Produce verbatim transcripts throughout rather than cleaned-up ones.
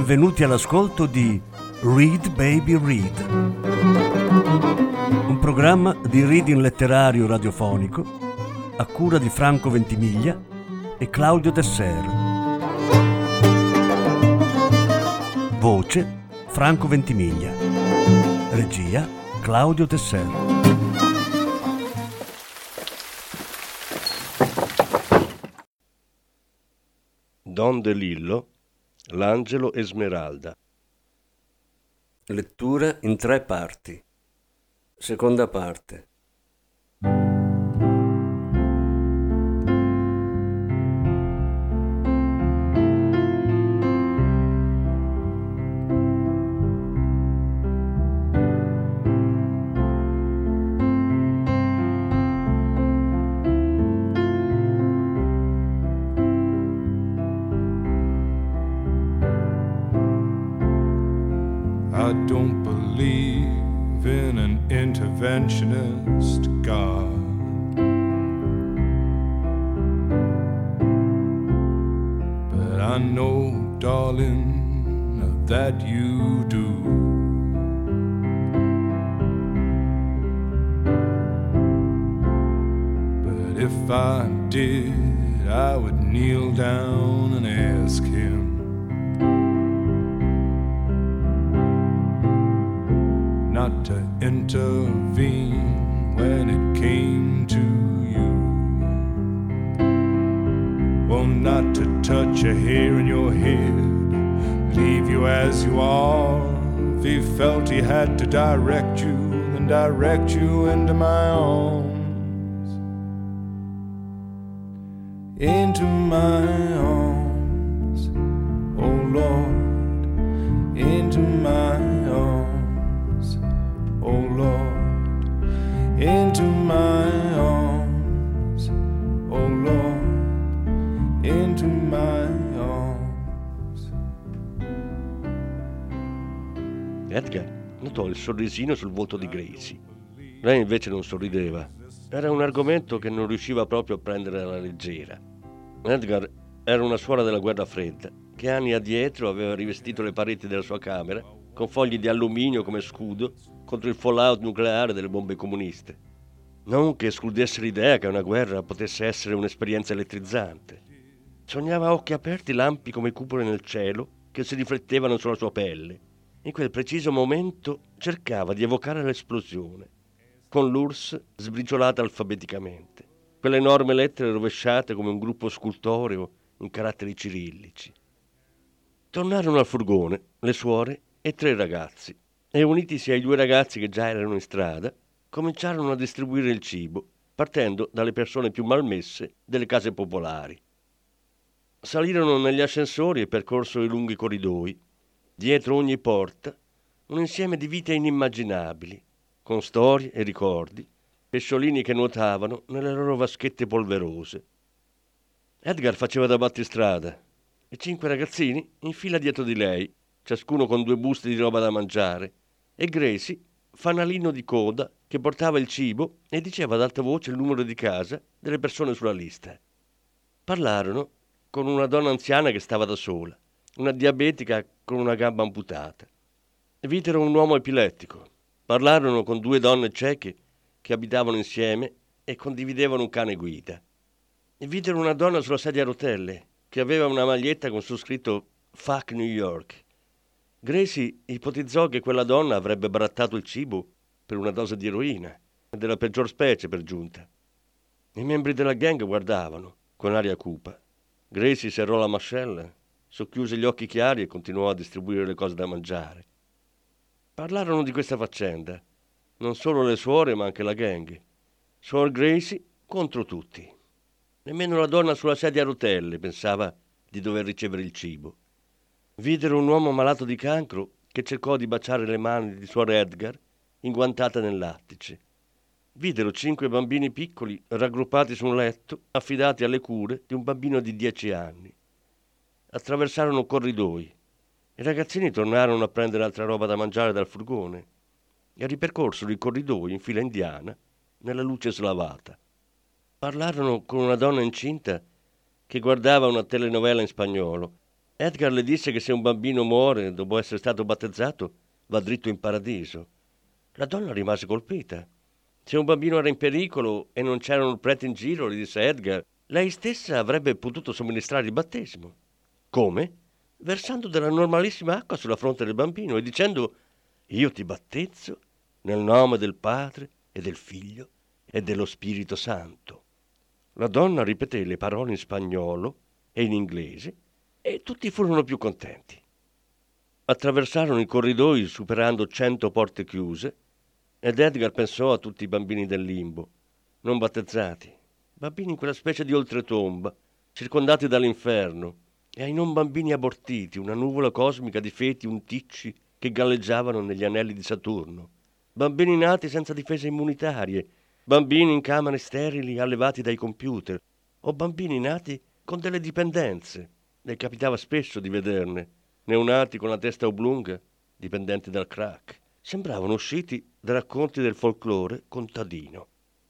Benvenuti all'ascolto di Read Baby Read, un programma di reading letterario radiofonico a cura di Franco Ventimiglia e Claudio Desser. Voce Franco Ventimiglia. Regia Claudio Desser. Don De Lillo, L'angelo Esmeralda. Lettura in tre parti. Seconda parte. I don't believe in an interventionist God. But I know, darling, that you do. But if I did, I would kneel down and ask him not to intervene when it came to you. Well, not to touch a hair in your head, leave you as you are. If he felt he had to direct you, then direct you into my arms. Into my arms, oh Lord, into my arms. Oh Lord, into my arms. Oh Lord, into my arms. Edgar notò il sorrisino sul volto di Gracie. Lei invece non sorrideva. Era un argomento che non riusciva proprio a prendere alla leggera. Edgar era una suora della guerra fredda che anni addietro aveva rivestito le pareti della sua camera con fogli di alluminio come scudo contro il fallout nucleare delle bombe comuniste. Non che escludesse l'idea che una guerra potesse essere un'esperienza elettrizzante. Sognava a occhi aperti lampi come cupole nel cielo che si riflettevano sulla sua pelle. In quel preciso momento cercava di evocare l'esplosione, con l'U R S S sbriciolata alfabeticamente, quelle enormi lettere rovesciate come un gruppo scultoreo in caratteri cirillici. Tornarono al furgone le suore e tre ragazzi, e unitisi ai due ragazzi che già erano in strada, cominciarono a distribuire il cibo, partendo dalle persone più malmesse delle case popolari. Salirono negli ascensori e percorsero i lunghi corridoi. Dietro ogni porta un insieme di vite inimmaginabili, con storie e ricordi, pesciolini che nuotavano nelle loro vaschette polverose. Edgar faceva da battistrada e cinque ragazzini in fila dietro di lei, ciascuno con due buste di roba da mangiare, e Gracie, fanalino di coda, che portava il cibo e diceva ad alta voce il numero di casa delle persone sulla lista. Parlarono con una donna anziana che stava da sola, una diabetica con una gamba amputata. Videro un uomo epilettico. Parlarono con due donne cieche che abitavano insieme e condividevano un cane guida. E videro una donna sulla sedia a rotelle che aveva una maglietta con su scritto Fuck New York. Gracie ipotizzò che quella donna avrebbe barattato il cibo per una dose di eroina, della peggior specie per giunta. I membri della gang guardavano, con aria cupa. Gracie serrò la mascella, socchiuse gli occhi chiari e continuò a distribuire le cose da mangiare. Parlarono di questa faccenda, non solo le suore ma anche la gang. Suor Gracie contro tutti. Nemmeno la donna sulla sedia a rotelle pensava di dover ricevere il cibo. Videro un uomo malato di cancro che cercò di baciare le mani di suor Edgar, inguantata nel lattice. Videro cinque bambini piccoli raggruppati su un letto, affidati alle cure di un bambino di dieci anni. Attraversarono corridoi. I ragazzini tornarono a prendere altra roba da mangiare dal furgone e ripercorsero i corridoi in fila indiana nella luce slavata. Parlarono con una donna incinta che guardava una telenovela in spagnolo Edgar le disse che se un bambino muore dopo essere stato battezzato, va dritto in paradiso. La donna rimase colpita. Se un bambino era in pericolo e non c'erano il prete in giro, le disse Edgar, lei stessa avrebbe potuto somministrare il battesimo. Come? Versando della normalissima acqua sulla fronte del bambino e dicendo: io ti battezzo nel nome del Padre e del Figlio e dello Spirito Santo. La donna ripeté le parole in spagnolo e in inglese e tutti furono più contenti. Attraversarono i corridoi superando cento porte chiuse ed Edgar pensò a tutti i bambini del limbo, non battezzati, bambini in quella specie di oltretomba, circondati dall'inferno, e ai non bambini abortiti, una nuvola cosmica di feti unticci che galleggiavano negli anelli di Saturno, bambini nati senza difese immunitarie, bambini in camere sterili allevati dai computer, o bambini nati con delle dipendenze. Le capitava spesso di vederne, neonati con la testa oblunga, dipendenti dal crack. Sembravano usciti da racconti del folklore contadino.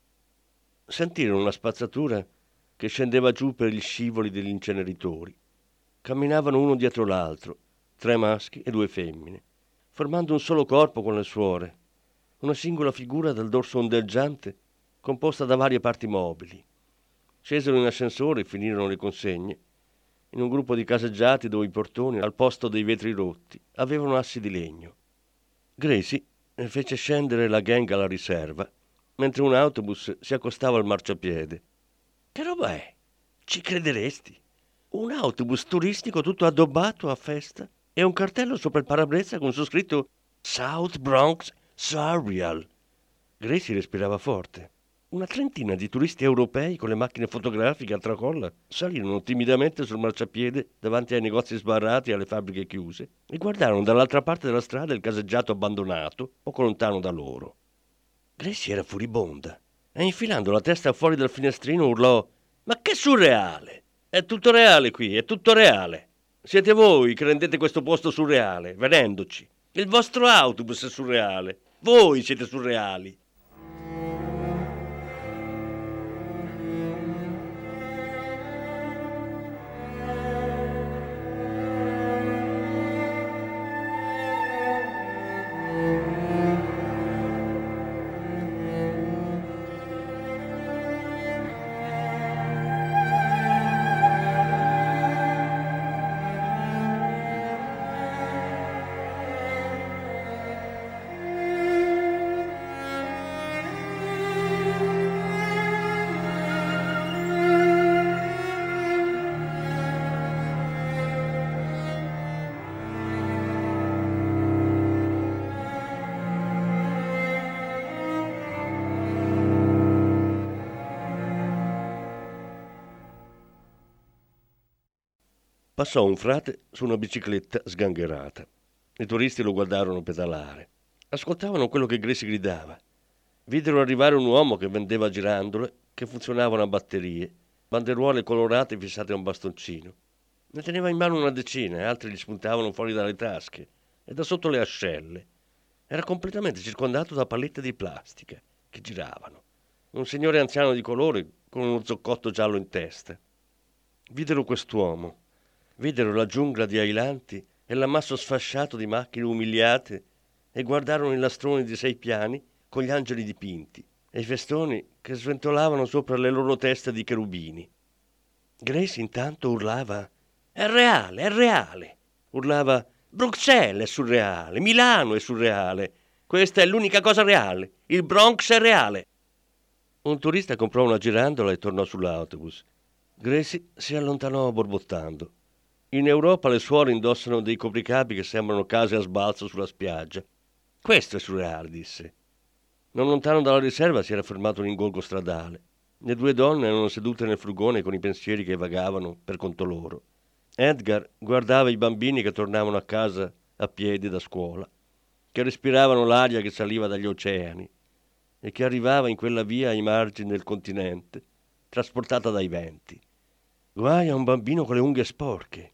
Sentirono una spazzatura che scendeva giù per gli scivoli degli inceneritori. Camminavano uno dietro l'altro, tre maschi e due femmine, formando un solo corpo con le suore, una singola figura dal dorso ondeggiante composta da varie parti mobili. Scesero in ascensore e finirono le consegne in un gruppo di caseggiati dove i portoni, al posto dei vetri rotti, avevano assi di legno. Gracie fece scendere la gang alla riserva, mentre un autobus si accostava al marciapiede. Che roba è? Ci crederesti? Un autobus turistico tutto addobbato a festa e un cartello sopra il parabrezza con su scritto South Bronx Surreal. Gracie respirava forte. Una trentina di turisti europei con le macchine fotografiche a tracolla salirono timidamente sul marciapiede davanti ai negozi sbarrati e alle fabbriche chiuse e guardarono dall'altra parte della strada il caseggiato abbandonato poco lontano da loro. Gracie era furibonda e infilando la testa fuori dal finestrino urlò: «Ma che surreale! È tutto reale qui, è tutto reale! Siete voi che rendete questo posto surreale, venendoci! Il vostro autobus è surreale! Voi siete surreali!» Passò un frate su una bicicletta sgangherata. I turisti lo guardarono pedalare. Ascoltavano quello che Gracie gridava. Videro arrivare un uomo che vendeva girandole che funzionavano a batterie, banderuole colorate fissate a un bastoncino. Ne teneva in mano una decina e altri gli spuntavano fuori dalle tasche e da sotto le ascelle. Era completamente circondato da palette di plastica che giravano. Un signore anziano di colore con uno zoccotto giallo in testa. Videro quest'uomo. Videro la giungla di ailanti e l'ammasso sfasciato di macchine umiliate e guardarono i lastroni di sei piani con gli angeli dipinti e i festoni che sventolavano sopra le loro teste di cherubini. Gracie intanto urlava: «È reale, è reale!» Urlava: «Bruxelles è surreale, Milano è surreale, questa è l'unica cosa reale, il Bronx è reale!» Un turista comprò una girandola e tornò sull'autobus. Gracie si allontanò borbottando. In Europa le suore indossano dei copricapi che sembrano case a sbalzo sulla spiaggia. «Questo è surreale», disse. Non lontano dalla riserva si era fermato un ingorgo stradale. Le due donne erano sedute nel furgone con i pensieri che vagavano per conto loro. Edgar guardava i bambini che tornavano a casa a piedi da scuola, che respiravano l'aria che saliva dagli oceani e che arrivava in quella via ai margini del continente, trasportata dai venti. Guai a un bambino con le unghie sporche.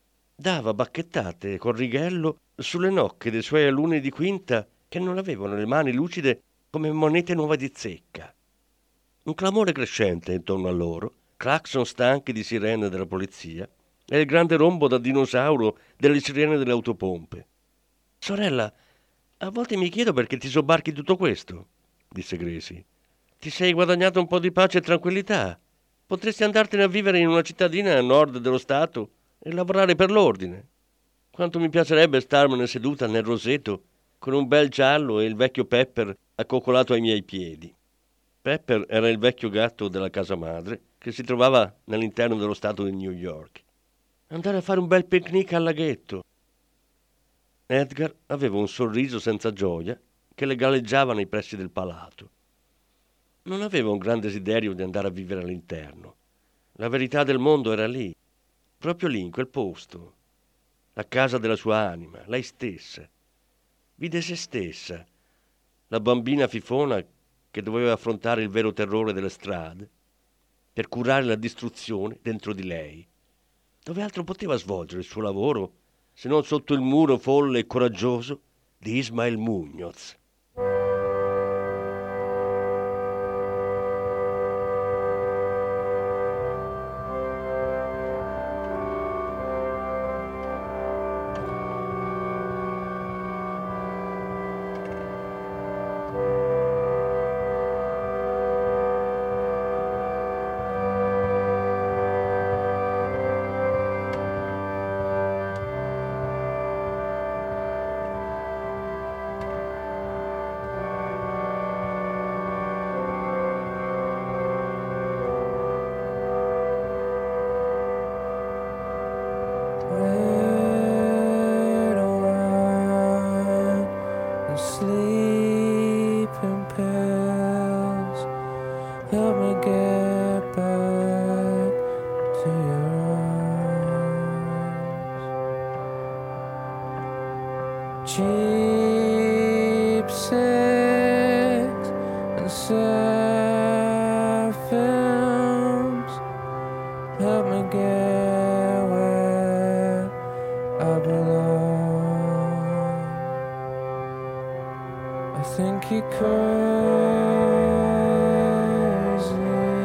Dava bacchettate col righello sulle nocche dei suoi alunni di quinta che non avevano le mani lucide come monete nuove di zecca. Un clamore crescente intorno a loro, clacson stanchi di sirene della polizia, e il grande rombo da dinosauro delle sirene delle autopompe. Sorella, a volte mi chiedo perché ti sobbarchi tutto questo, disse Gracie. Ti sei guadagnato un po' di pace e tranquillità. Potresti andartene a vivere in una cittadina a nord dello Stato e lavorare per l'ordine. Quanto mi piacerebbe starmene seduta nel roseto con un bel giallo e il vecchio Pepper accoccolato ai miei piedi. Pepper era il vecchio gatto della casa madre che si trovava nell'interno dello Stato di New York. Andare a fare un bel picnic al laghetto. Edgar aveva un sorriso senza gioia che le galleggiava nei pressi del palato. Non aveva un gran desiderio di andare a vivere all'interno. La verità del mondo era lì, proprio lì, in quel posto. La casa della sua anima, lei stessa. Vide se stessa, la bambina fifona che doveva affrontare il vero terrore delle strade per curare la distruzione dentro di lei. Dove altro poteva svolgere il suo lavoro se non sotto il muro folle e coraggioso di Ismael Muñoz? Cheap sex and sad films help me get where I belong. I think you're crazy,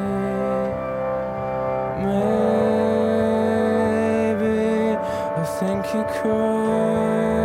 maybe. I think you're crazy.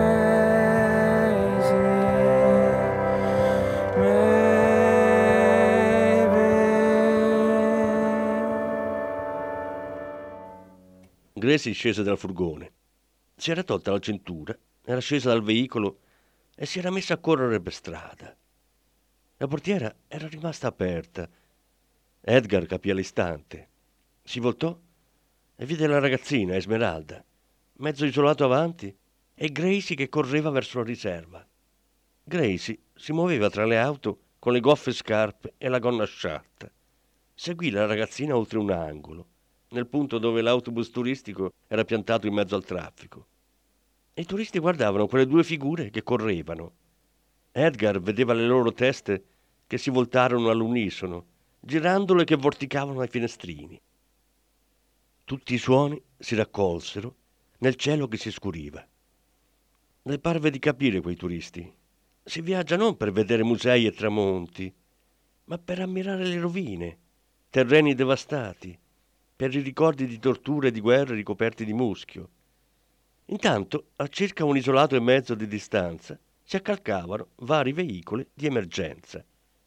Gracie scese dal furgone. Si era tolta la cintura, era scesa dal veicolo e si era messa a correre per strada. La portiera era rimasta aperta. Edgar capì all'istante. Si voltò e vide la ragazzina, Esmeralda, mezzo isolato avanti, e Gracie che correva verso la riserva. Gracie si muoveva tra le auto con le goffe scarpe e la gonna sciatta. Seguì la ragazzina oltre un angolo, nel punto dove l'autobus turistico era piantato in mezzo al traffico. E i turisti guardavano quelle due figure che correvano. Edgar vedeva le loro teste che si voltarono all'unisono, girandole che vorticavano ai finestrini. Tutti i suoni si raccolsero nel cielo che si scuriva. Le parve di capire quei turisti. Si viaggia non per vedere musei e tramonti, ma per ammirare le rovine, terreni devastati, per i ricordi di torture e di guerre ricoperti di muschio. Intanto, a circa un isolato e mezzo di distanza, si accalcavano vari veicoli di emergenza.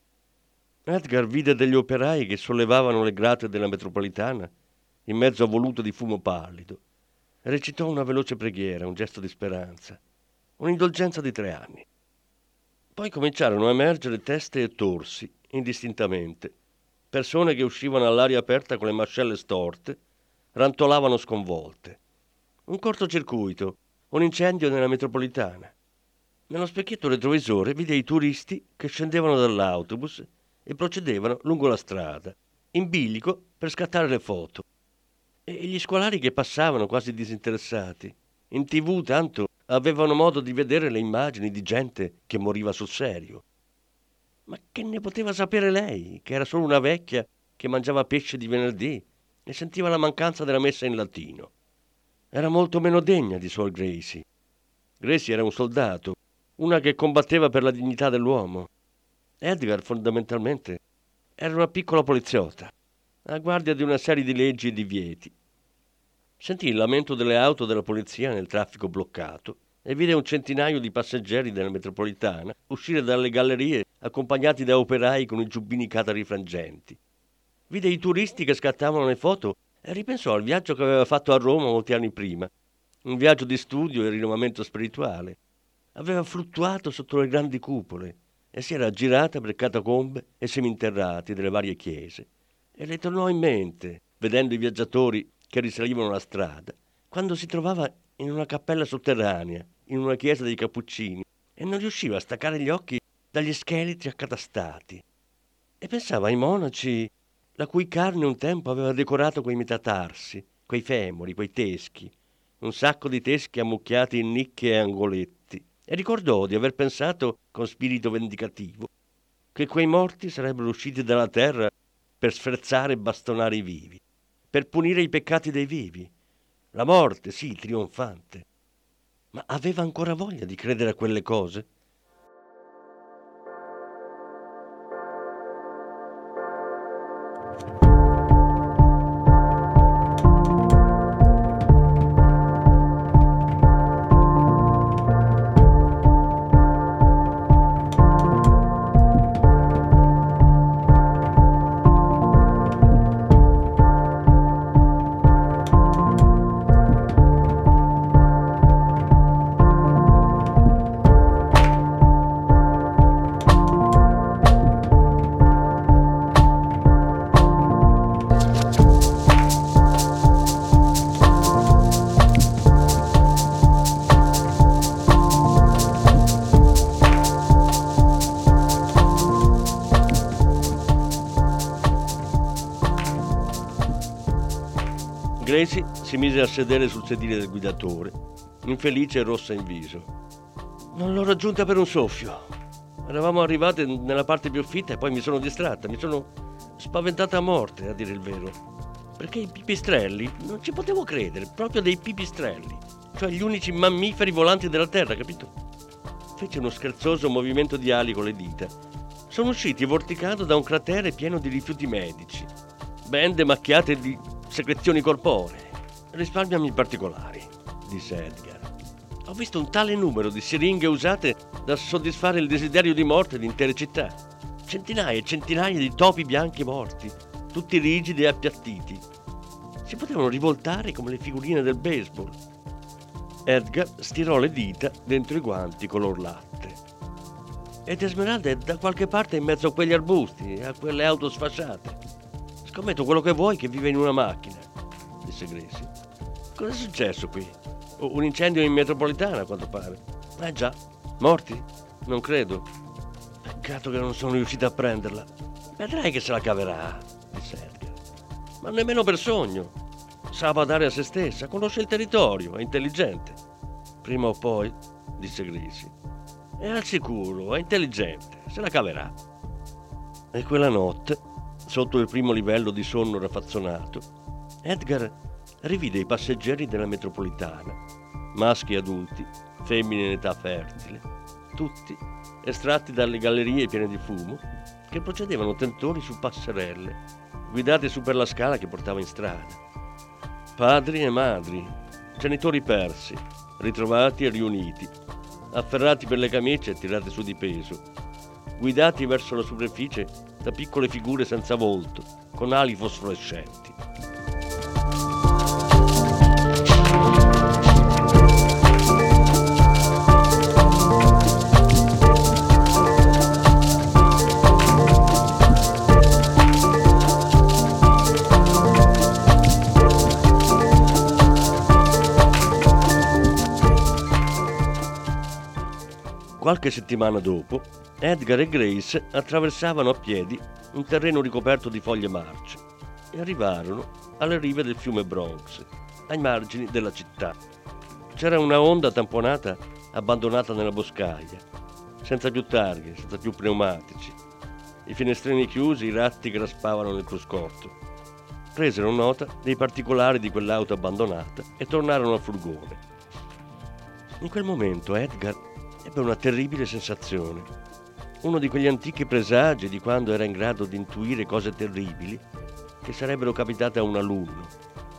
Edgar vide degli operai che sollevavano le grate della metropolitana in mezzo a voluto di fumo pallido. Recitò una veloce preghiera, un gesto di speranza, un'indulgenza di tre anni. Poi cominciarono a emergere teste e torsi, indistintamente. Persone che uscivano all'aria aperta con le mascelle storte, rantolavano sconvolte. Un cortocircuito, un incendio nella metropolitana. Nello specchietto retrovisore vide i turisti che scendevano dall'autobus e procedevano lungo la strada, in bilico per scattare le foto. E gli scolari che passavano quasi disinteressati. In tv tanto avevano modo di vedere le immagini di gente che moriva sul serio. Ma che ne poteva sapere lei, che era solo una vecchia che mangiava pesce di venerdì e sentiva la mancanza della messa in latino? Era molto meno degna di Suor Gracie. Gracie era un soldato, una che combatteva per la dignità dell'uomo. Edgar, fondamentalmente, era una piccola poliziotta, a guardia di una serie di leggi e divieti. Sentì il lamento delle auto della polizia nel traffico bloccato e vide un centinaio di passeggeri della metropolitana uscire dalle gallerie accompagnati da operai con i giubbini catarifrangenti. Vide i turisti che scattavano le foto e ripensò al viaggio che aveva fatto a Roma molti anni prima, un viaggio di studio e rinnovamento spirituale. Aveva fluttuato sotto le grandi cupole e si era girata per catacombe e seminterrati delle varie chiese. E le tornò in mente, vedendo i viaggiatori che risalivano la strada, quando si trovava in una cappella sotterranea, in una chiesa dei Cappuccini, e non riusciva a staccare gli occhi dagli scheletri accatastati. E pensava ai monaci la cui carne un tempo aveva decorato quei metatarsi, quei femori, quei teschi, un sacco di teschi ammucchiati in nicchie e angoletti, e ricordò di aver pensato con spirito vendicativo che quei morti sarebbero usciti dalla terra per sferzare e bastonare i vivi, per punire i peccati dei vivi. La morte, sì, trionfante. Ma aveva ancora voglia di credere a quelle cose? Gracie si mise a sedere sul sedile del guidatore, infelice e rossa in viso. Non l'ho raggiunta per un soffio. Eravamo arrivate nella parte più fitta e poi mi sono distratta, mi sono spaventata a morte, a dire il vero. Perché i pipistrelli, non ci potevo credere, proprio dei pipistrelli, cioè gli unici mammiferi volanti della terra, capito? Fece uno scherzoso movimento di ali con le dita. Sono usciti vorticando da un cratere pieno di rifiuti medici, bende macchiate di secrezioni corporee. Risparmiami i particolari, disse Edgar. Ho visto un tale numero di siringhe usate da soddisfare il desiderio di morte di intere città. Centinaia e centinaia di topi bianchi morti, tutti rigidi e appiattiti. Si potevano rivoltare come le figurine del baseball. Edgar stirò le dita dentro i guanti color latte. Ed Esmeralda è da qualche parte in mezzo a quegli arbusti e a quelle auto sfasciate. Scommetto quello che vuoi che vive in una macchina, disse Gracie. Cosa è successo qui? Un incendio in metropolitana, a quanto pare. Eh già, morti? Non credo. Peccato che non sono riuscito a prenderla. Vedrai che se la caverà, disse Edgar. Ma nemmeno per sogno. Sa badare a se stessa, conosce il territorio, è intelligente. Prima o poi, disse Gracie. È al sicuro, è intelligente, se la caverà. E quella notte, sotto il primo livello di sonno raffazzonato, Edgar rivide i passeggeri della metropolitana, maschi adulti, femmine in età fertile, tutti estratti dalle gallerie piene di fumo che procedevano tentoni su passerelle, guidate su per la scala che portava in strada. Padri e madri, genitori persi, ritrovati e riuniti, afferrati per le camicie e tirati su di peso, guidati verso la superficie da piccole figure senza volto, con ali fosforescenti. Qualche settimana dopo, Edgar e Grace attraversavano a piedi un terreno ricoperto di foglie marce e arrivarono alle rive del fiume Bronx, ai margini della città. C'era una Honda tamponata abbandonata nella boscaglia, senza più targhe, senza più pneumatici. I finestrini chiusi, i ratti che raspavano nel cruscotto. Presero nota dei particolari di quell'auto abbandonata e tornarono al furgone. In quel momento Edgar ebbe una terribile sensazione, uno di quegli antichi presagi di quando era in grado di intuire cose terribili che sarebbero capitate a un alunno,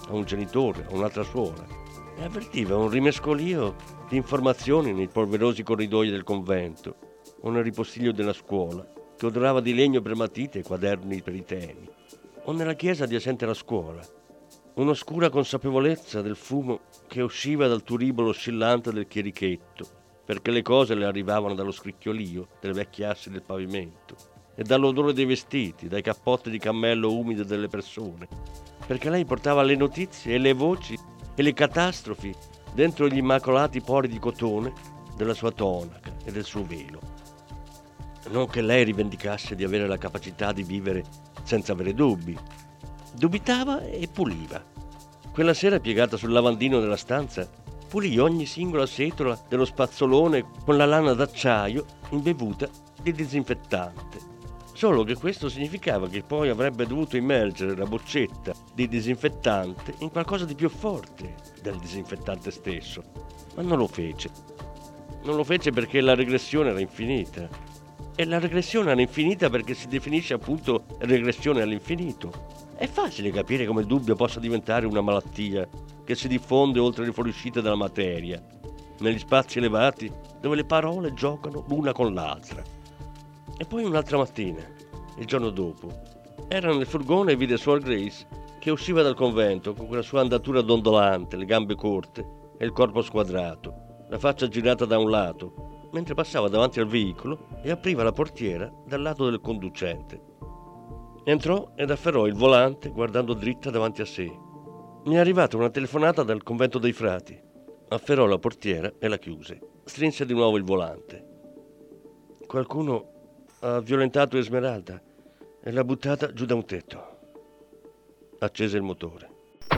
a un genitore, a un'altra suora, e avvertiva un rimescolio di informazioni nei polverosi corridoi del convento o nel ripostiglio della scuola, che odorava di legno per matite e quaderni per i temi, o nella chiesa adiacente alla scuola, un'oscura consapevolezza del fumo che usciva dal turibolo oscillante del chierichetto, perché le cose le arrivavano dallo scricchiolio delle vecchie assi del pavimento e dall'odore dei vestiti, dai cappotti di cammello umidi delle persone, perché lei portava le notizie e le voci e le catastrofi dentro gli immacolati pori di cotone della sua tonaca e del suo velo. Non che lei rivendicasse di avere la capacità di vivere senza avere dubbi. Dubitava e puliva. Quella sera, piegata sul lavandino della stanza, pulì ogni singola setola dello spazzolone con la lana d'acciaio imbevuta di disinfettante. Solo che questo significava che poi avrebbe dovuto immergere la boccetta di disinfettante in qualcosa di più forte del disinfettante stesso. Ma non lo fece. Non lo fece perché la regressione era infinita. E la regressione era infinita perché si definisce appunto regressione all'infinito. È facile capire come il dubbio possa diventare una malattia che si diffonde oltre le fuoriuscite della materia, negli spazi elevati dove le parole giocano l'una con l'altra. E poi un'altra mattina, il giorno dopo, era nel furgone e vide Suor Grace che usciva dal convento con quella sua andatura dondolante, le gambe corte e il corpo squadrato, la faccia girata da un lato, mentre passava davanti al veicolo e apriva la portiera dal lato del conducente. Entrò ed afferrò il volante guardando dritta davanti a sé. Mi è arrivata una telefonata dal convento dei frati. Afferrò la portiera e la chiuse. Strinse di nuovo il volante. Qualcuno ha violentato Esmeralda e l'ha buttata giù da un tetto. Accese il motore.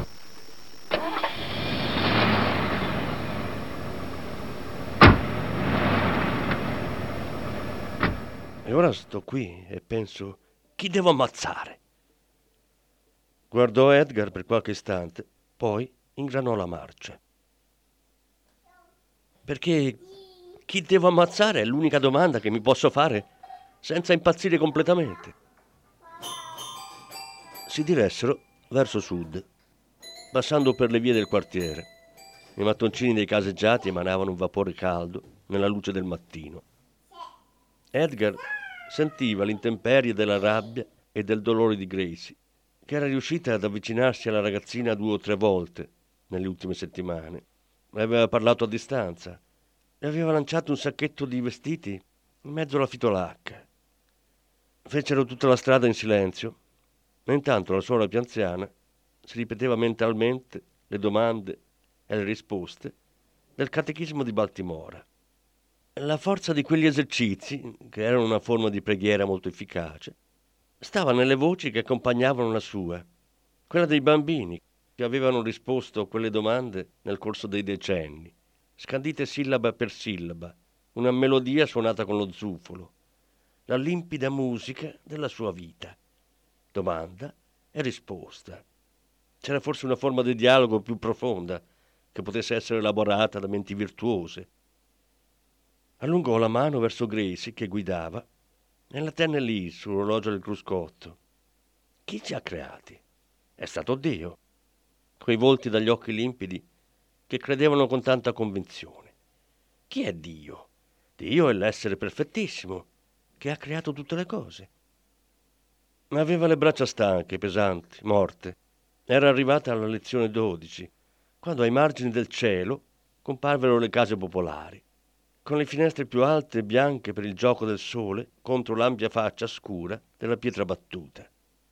E ora sto qui e penso: chi devo ammazzare? Guardò Edgar per qualche istante, poi ingranò la marcia. Perché chi devo ammazzare è l'unica domanda che mi posso fare senza impazzire completamente. Si diressero verso sud, passando per le vie del quartiere. I mattoncini dei caseggiati emanavano un vapore caldo nella luce del mattino. Edgar sentiva l'intemperie della rabbia e del dolore di Gracie, che era riuscita ad avvicinarsi alla ragazzina due o tre volte nelle ultime settimane. Le aveva parlato a distanza, le aveva lanciato un sacchetto di vestiti in mezzo alla fitolacca. Fecero tutta la strada in silenzio e intanto la suora più anziana si ripeteva mentalmente le domande e le risposte del catechismo di Baltimora. La forza di quegli esercizi, che erano una forma di preghiera molto efficace, stava nelle voci che accompagnavano la sua, quella dei bambini che avevano risposto a quelle domande nel corso dei decenni, scandite sillaba per sillaba, una melodia suonata con lo zufolo, la limpida musica della sua vita. Domanda e risposta. C'era forse una forma di dialogo più profonda che potesse essere elaborata da menti virtuose. Allungò la mano verso Gracie che guidava e la tenne lì sull'orologio del cruscotto. Chi ci ha creati? È stato Dio. Quei volti dagli occhi limpidi che credevano con tanta convinzione. Chi è Dio? Dio è l'essere perfettissimo che ha creato tutte le cose. Ma aveva le braccia stanche, pesanti, morte. Era arrivata alla lezione dodici, quando ai margini del cielo comparvero le case popolari, con le finestre più alte e bianche per il gioco del sole contro l'ampia faccia scura della pietra battuta.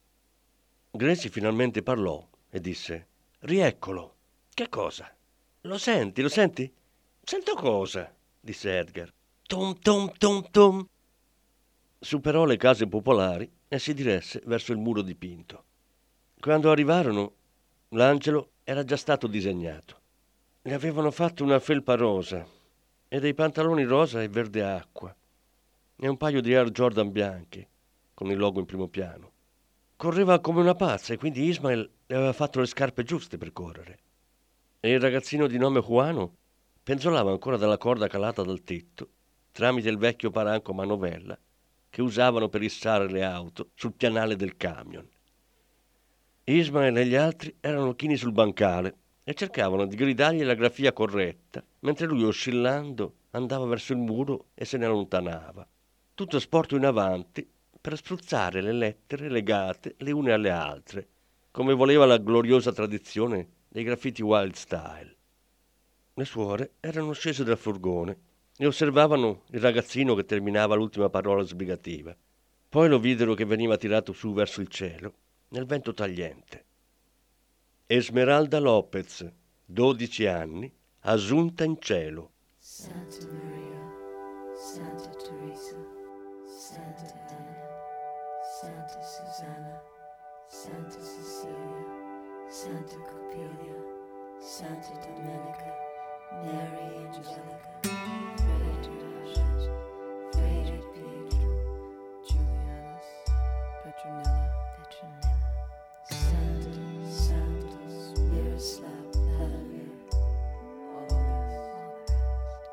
Gracie finalmente parlò e disse: «Rieccolo». «Che cosa?» «Lo senti, lo senti?» «Sento cosa?» disse Edgar. «Tum, tum, tum, tum». Superò le case popolari e si diresse verso il muro dipinto. Quando arrivarono, l'angelo era già stato disegnato. Le avevano fatto una felpa rosa e dei pantaloni rosa e verde acqua e un paio di Air Jordan bianchi con il logo in primo piano. Correva come una pazza e quindi Ismael le aveva fatto le scarpe giuste per correre. E il ragazzino di nome Juano penzolava ancora dalla corda calata dal tetto tramite il vecchio paranco manovella che usavano per issare le auto sul pianale del camion. Ismael e gli altri erano chini sul bancale e cercavano di gridargli la grafia corretta, mentre lui, oscillando, andava verso il muro e se ne allontanava, tutto sporto in avanti per spruzzare le lettere legate le une alle altre, come voleva la gloriosa tradizione dei graffiti wild style. Le suore erano scese dal furgone e osservavano il ragazzino che terminava l'ultima parola sbrigativa. Poi lo videro che veniva tirato su verso il cielo nel vento tagliente. Esmeralda Lopez, dodici anni, assunta in cielo. Santa Maria, Santa Teresa, Santa Anna, Santa Susanna, Santa Cecilia, Santa Copilia, Santa Domenica, Mary Angelica, Frater Ashes, Frater Pietro, Julianus, Petronella, Petronella, Santa, Santos, Miroslav, Vladimir, all the rest, all the rest.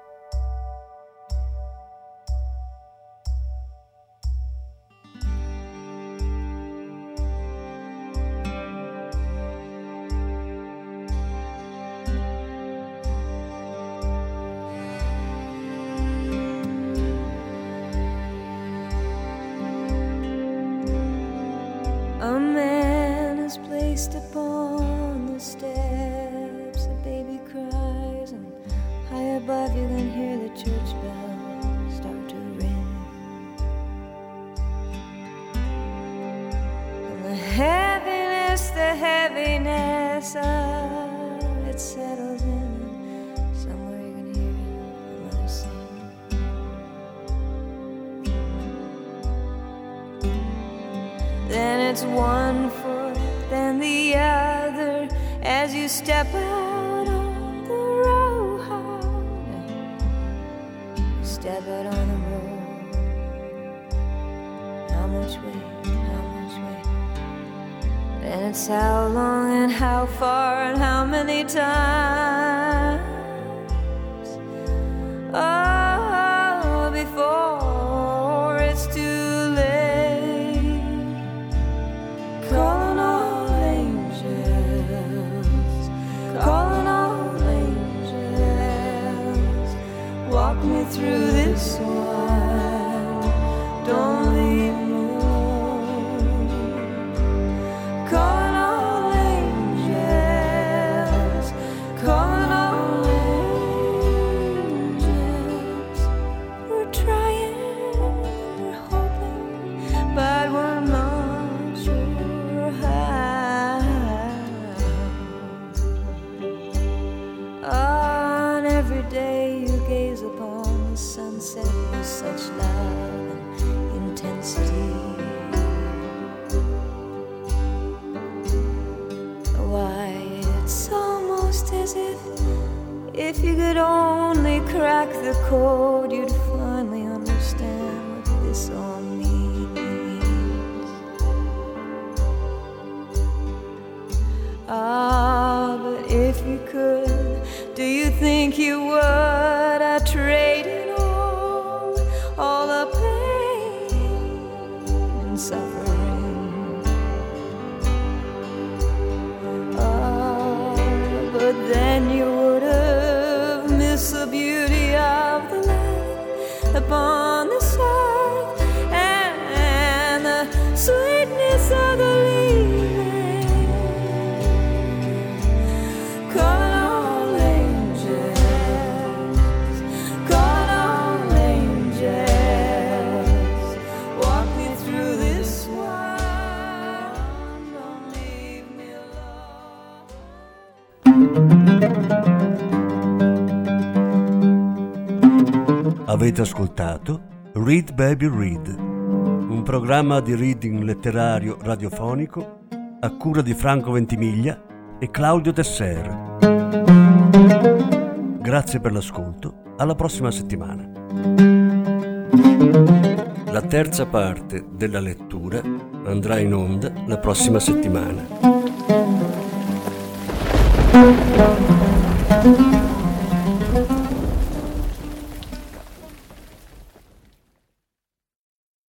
A man is placed upon the steps, a baby cries, and high above you can hear the church bells start to ring. And the heaviness, the heaviness of it settles in, and somewhere you can hear a mother sing. Then it's one foot, then the other, as you step out on the road. Step out on the road. How much way, how much way? Then it's how long and how far and how many times. Oh, before it's too late. Calling all angels, calling all angels, walk me through this one, don't leave me alone. Calling all angels, calling all angels, we're trying, we're hoping, but we're not sure how. On every day you gaze upon the sunset with such love and intensity. Why, it's almost as if, if you could only crack the code, you'd finally understand what this all means. Ah, but if you could, do you think you would? I trade it all, all the pain and suffering. Ah, but then you would have missed the beauty of the light upon this earth and the sweetness of the leaving. Calling all angels, calling all angels, walk me through this one, don't leave me alone. Avete ascoltato Read Baby Read, un programma di reading letterario radiofonico a cura di Franco Ventimiglia e Claudio Tesser. Grazie per l'ascolto, alla prossima settimana. La terza parte della lettura andrà in onda la prossima settimana.